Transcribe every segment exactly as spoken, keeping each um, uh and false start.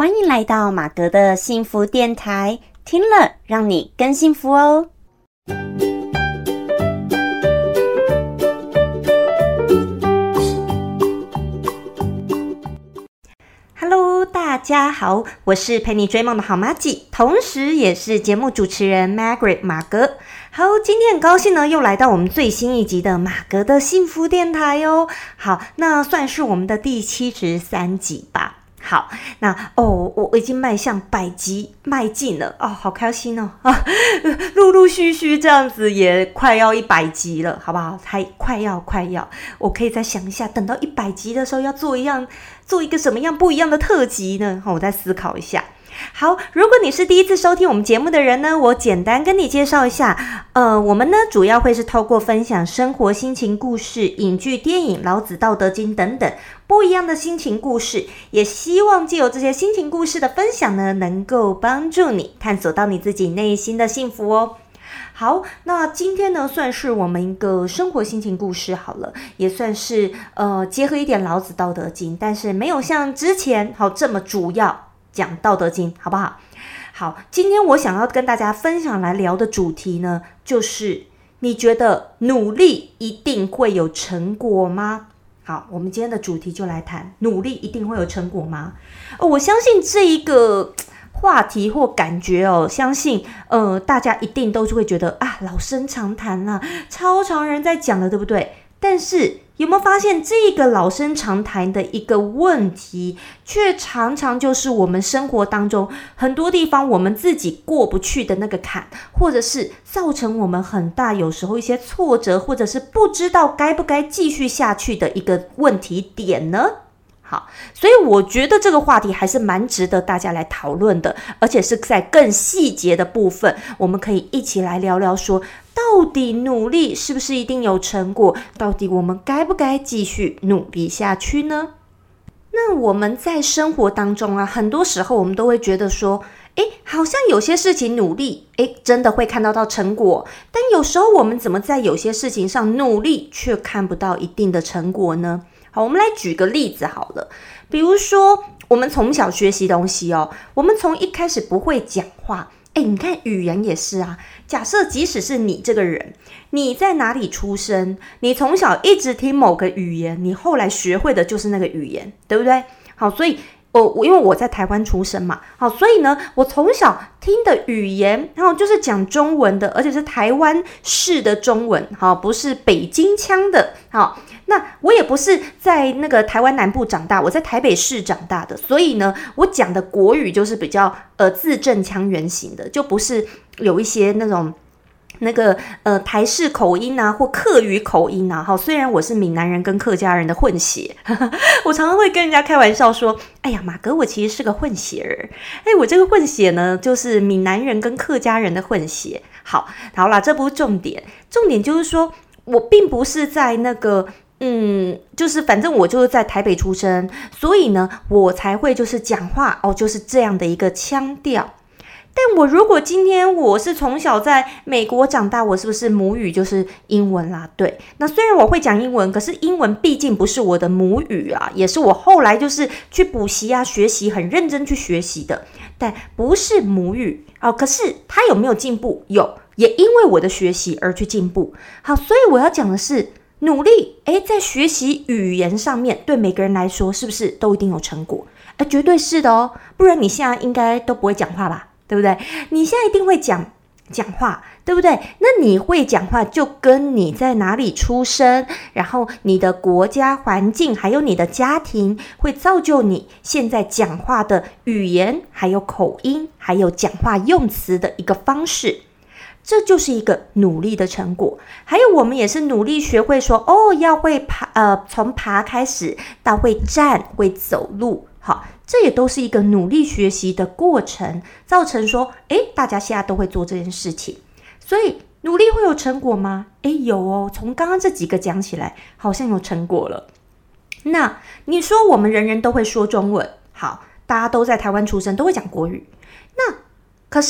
欢迎来到马格的幸福电台，听了让你更幸福哦。Hello， 大家好，我是陪你追梦的好麻吉，同时也是节目主持人 Margaret 马格。好，今天很高兴呢，又来到我们最新一集的马格的幸福电台哦。好，那算是我们的第七十三集吧。好，那哦，我已经迈向百集迈进了哦，好开心哦啊！陆陆续续这样子也快要一百集了，好不好？还快要快要，我可以再想一下，等到一百集的时候要做一样，做一个什么样不一样的特辑呢？我再思考一下。好，如果你是第一次收听我们节目的人呢，我简单跟你介绍一下，呃，我们呢主要会是透过分享生活心情故事、影剧、电影、老子、道德经等等不一样的心情故事，也希望藉由这些心情故事的分享呢，能够帮助你探索到你自己内心的幸福哦。好，那今天呢算是我们一个生活心情故事好了，也算是呃结合一点老子、道德经，但是没有像之前好这么主要讲道德经，好不好？好，今天我想要跟大家分享来聊的主题呢，就是你觉得努力一定会有成果吗？好，我们今天的主题就来谈努力一定会有成果吗？哦，我相信这一个话题或感觉哦，相信呃大家一定都是会觉得啊老生常谈啦，超常人在讲了，对不对？但是有没有发现这个老生常谈的一个问题，却常常就是我们生活当中很多地方我们自己过不去的那个坎，或者是造成我们很大有时候一些挫折，或者是不知道该不该继续下去的一个问题点呢？好，所以我觉得这个话题还是蛮值得大家来讨论的，而且是在更细节的部分，我们可以一起来聊聊说，到底努力是不是一定有成果？到底我们该不该继续努力下去呢？那我们在生活当中啊，很多时候我们都会觉得说，诶，好像有些事情努力，诶，真的会看到到成果，但有时候我们怎么在有些事情上努力，却看不到一定的成果呢？好，我们来举个例子好了，比如说我们从小学习东西哦，我们从一开始不会讲话，诶，你看语言也是啊，假设即使是你这个人，你在哪里出生，你从小一直听某个语言，你后来学会的就是那个语言，对不对？好，所以我因为我在台湾出生嘛，好，所以呢，我从小听的语言，然后就是讲中文的，而且是台湾式的中文，好，不是北京腔的，好。那我也不是在那个台湾南部长大，我在台北市长大的，所以呢，我讲的国语就是比较呃字正腔圆型的，就不是有一些那种那个呃台式口音啊或客语口音啊。哈，虽然我是闽南人跟客家人的混血，呵呵，我常常会跟人家开玩笑说，哎呀，马哥我其实是个混血儿，哎，我这个混血呢就是闽南人跟客家人的混血。好，好啦，这不是重点，重点就是说我并不是在那个。嗯，就是反正我就是在台北出生，所以呢，我才会就是讲话哦，就是这样的一个腔调。但我如果今天我是从小在美国长大，我是不是母语就是英文啦？对，那虽然我会讲英文，可是英文毕竟不是我的母语啊，也是我后来就是去补习啊、学习，很认真去学习的，但不是母语哦。可是它有没有进步？有，也因为我的学习而去进步。好，所以我要讲的是。努力，诶，在学习语言上面，对每个人来说，是不是都一定有成果？诶，绝对是的哦，不然你现在应该都不会讲话吧，对不对？你现在一定会讲讲话，对不对？那你会讲话，就跟你在哪里出生，然后你的国家环境，还有你的家庭，会造就你现在讲话的语言，还有口音，还有讲话用词的一个方式。这就是一个努力的成果。还有我们也是努力学会说哦，要会爬，呃，从爬开始到会站会走路，好，这也都是一个努力学习的过程，造成说诶，大家现在都会做这件事情。所以努力会有成果吗？诶，有哦，从刚刚这几个讲起来好像有成果了。那你说我们人人都会说中文，好，大家都在台湾出生，都会讲国语，那可是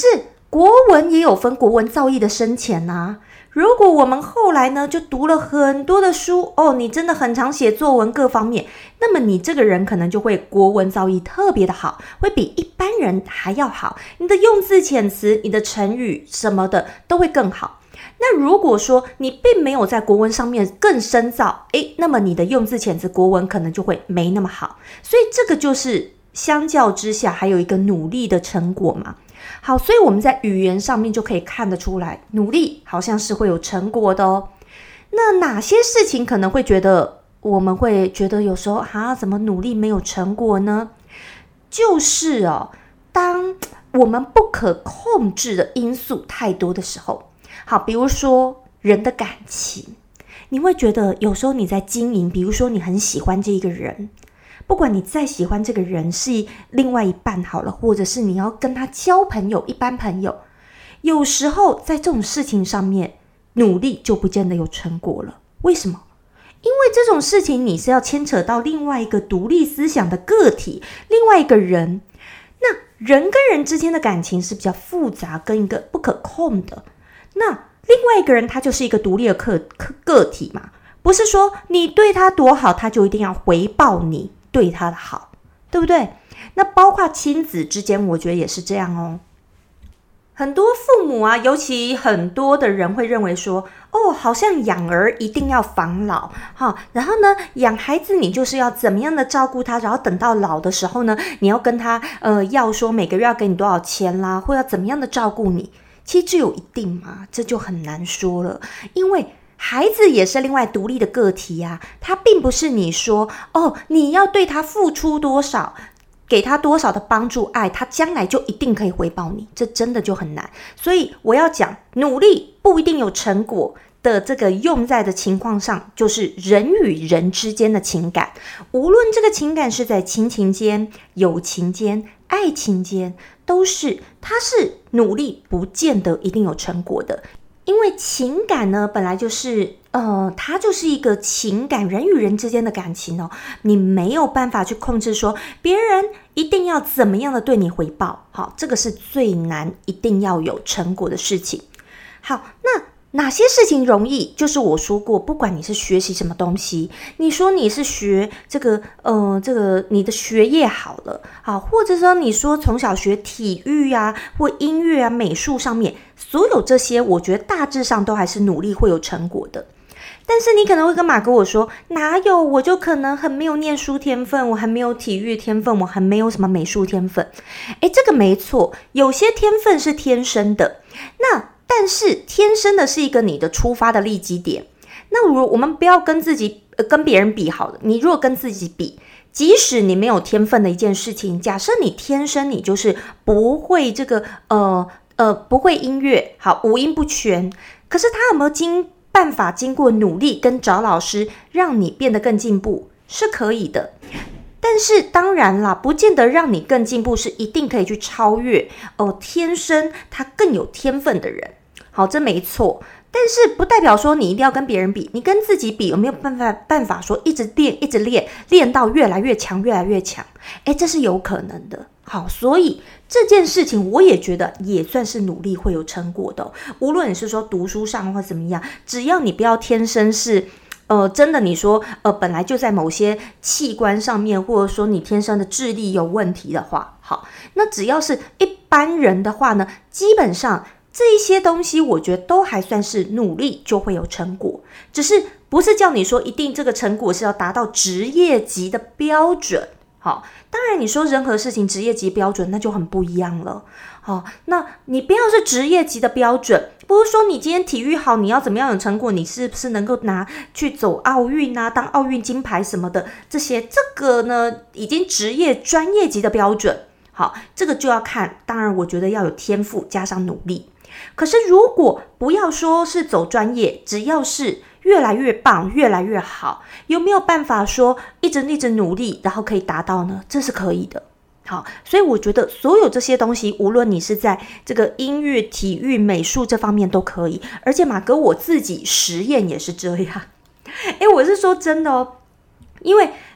国文也有分国文造诣的深浅啊。如果我们后来呢就读了很多的书哦，你真的很常写作文各方面，那么你这个人可能就会国文造诣特别的好，会比一般人还要好，你的用字遣词，你的成语什么的都会更好。那如果说你并没有在国文上面更深造，诶，那么你的用字遣词国文可能就会没那么好。所以这个就是相较之下还有一个努力的成果嘛。好，所以我们在语言上面就可以看得出来，努力好像是会有成果的哦。那哪些事情可能会觉得我们会觉得有时候啊，怎么努力没有成果呢？就是哦，当我们不可控制的因素太多的时候，好，比如说人的感情，你会觉得有时候你在经营，比如说你很喜欢这一个人，不管你再喜欢这个人是另外一半好了，或者是你要跟他交朋友，一般朋友，有时候在这种事情上面努力就不见得有成果了。为什么？因为这种事情你是要牵扯到另外一个独立思想的个体，另外一个人，那人跟人之间的感情是比较复杂跟一个不可控的，那另外一个人他就是一个独立的个个体嘛，不是说你对他多好他就一定要回报你对他的好，对不对？那包括亲子之间我觉得也是这样哦。很多父母啊，尤其很多的人会认为说，哦，好像养儿一定要防老，哈，然后呢，养孩子你就是要怎么样的照顾他，然后等到老的时候呢，你要跟他呃要说每个月要给你多少钱啦，或要怎么样的照顾你。其实这有一定吗？这就很难说了，因为孩子也是另外独立的个体啊，他并不是你说哦，你要对他付出多少，给他多少的帮助爱，他将来就一定可以回报你，这真的就很难。所以我要讲，努力不一定有成果的这个用在的情况上，就是人与人之间的情感，无论这个情感是在亲情间、友情间、爱情间，都是它是努力不见得一定有成果的。因为情感呢，本来就是呃，它就是一个情感，人与人之间的感情哦，你没有办法去控制说别人一定要怎么样的对你回报，好，这个是最难一定要有成果的事情。好，那哪些事情容易？就是我说过，不管你是学习什么东西，你说你是学这个呃这个你的学业好了，好，或者说你说从小学体育啊或音乐啊美术上面，所有这些我觉得大致上都还是努力会有成果的。但是你可能会跟马哥我说，哪有，我就可能很没有念书天分，我还没有体育天分，我还没有什么美术天分。诶，这个没错，有些天分是天生的，那但是天生的是一个你的出发的立基点。那如果我们不要跟自己、呃、跟别人比好了，你如果跟自己比，即使你没有天分的一件事情，假设你天生你就是不会这个呃呃不会音乐，好，五音不全，可是他有没有经办法经过努力跟找老师让你变得更进步？是可以的。但是当然啦，不见得让你更进步是一定可以去超越哦，天生他更有天分的人。好，这没错，但是不代表说你一定要跟别人比，你跟自己比，有没有办法办法说一直练一直练练到越来越强越来越强？诶，这是有可能的。好，所以这件事情我也觉得也算是努力会有成果的哦。无论你是说读书上或怎么样，只要你不要天生是呃，真的你说呃本来就在某些器官上面，或者说你天生的智力有问题的话，好，那只要是一般人的话呢，基本上这一些东西我觉得都还算是努力就会有成果，只是不是叫你说一定这个成果是要达到职业级的标准。好，当然你说任何事情职业级标准那就很不一样了。好，那你不要是职业级的标准，不是说你今天体育好你要怎么样有成果，你是不是能够拿去走奥运啊，当奥运金牌什么的，这些这个呢已经职业专业级的标准。好，这个就要看，当然我觉得要有天赋加上努力。可是如果不要说是走专业，只要是越来越棒越来越好，有没有办法说一直一直努力然后可以达到呢？这是可以的。好，所以我觉得所有这些东西，无论你是在这个音乐、体育、美术这方面都可以。而且马哥我自己实验也是这样。诶，我是说真的哦，因为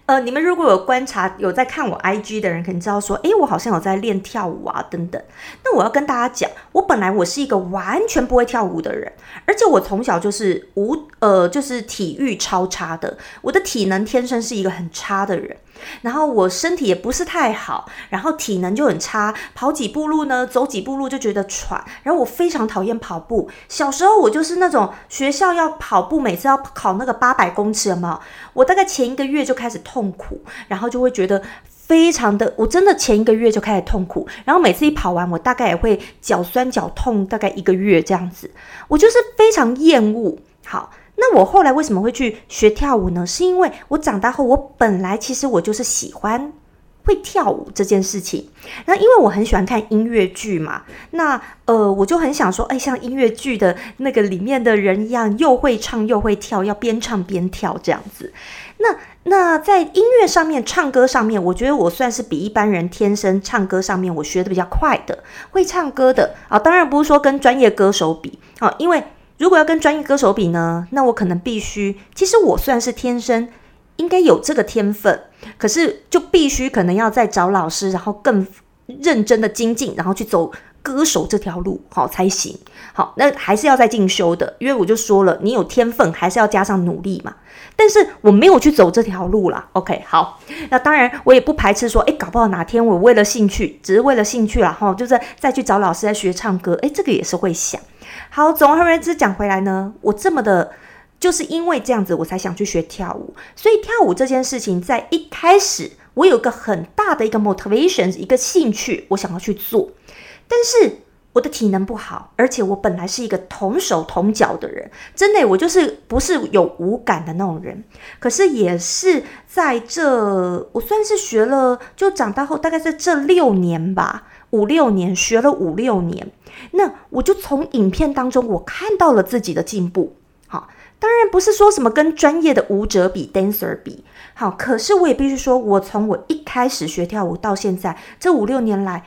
呃，你们如果有观察有在看我 I G 的人，可能知道说，诶，我好像有在练跳舞啊等等。那我要跟大家讲，我本来我是一个完全不会跳舞的人，而且我从小就是舞呃就是体育超差的，我的体能天生是一个很差的人。然后我身体也不是太好，然后体能就很差，跑几步路呢，走几步路就觉得喘。然后我非常讨厌跑步，小时候我就是那种学校要跑步，每次要考那个八百公尺，有没有？我大概前一个月就开始痛苦，然后就会觉得非常的，我真的前一个月就开始痛苦，然后每次一跑完，我大概也会脚酸脚痛，大概一个月这样子，我就是非常厌恶。好。那我后来为什么会去学跳舞呢？是因为我长大后，我本来其实我就是喜欢会跳舞这件事情。那因为我很喜欢看音乐剧嘛，那呃我就很想说，哎，像音乐剧的那个里面的人一样，又会唱又会跳，要边唱边跳这样子。那那在音乐上面，唱歌上面，我觉得我算是比一般人天生唱歌上面我学的比较快的，会唱歌的啊。当然不是说跟专业歌手比啊，因为如果要跟专业歌手比呢，那我可能必须，其实我算是天生应该有这个天分，可是就必须可能要再找老师，然后更认真的精进，然后去走歌手这条路，好才行。好，那还是要再进修的，因为我就说了，你有天分还是要加上努力嘛。但是我没有去走这条路啦 OK 好，那当然我也不排斥说，诶，搞不好哪天我为了兴趣，只是为了兴趣啦，就是再去找老师来学唱歌，诶，这个也是会想。好，总而言之讲回来呢，我这么的就是因为这样子我才想去学跳舞，所以跳舞这件事情在一开始我有一个很大的一个 motivation， 一个兴趣我想要去做，但是我的体能不好，而且我本来是一个同手同脚的人，真的我就是不是有舞感的那种人，可是也是在这我算是学了，就长大后大概在这六年吧，五六年学了五六年，那我就从影片当中我看到了自己的进步。好，当然不是说什么跟专业的舞者比 dancer 比，好，可是我也必须说，我从我一开始学跳舞到现在这五六年来，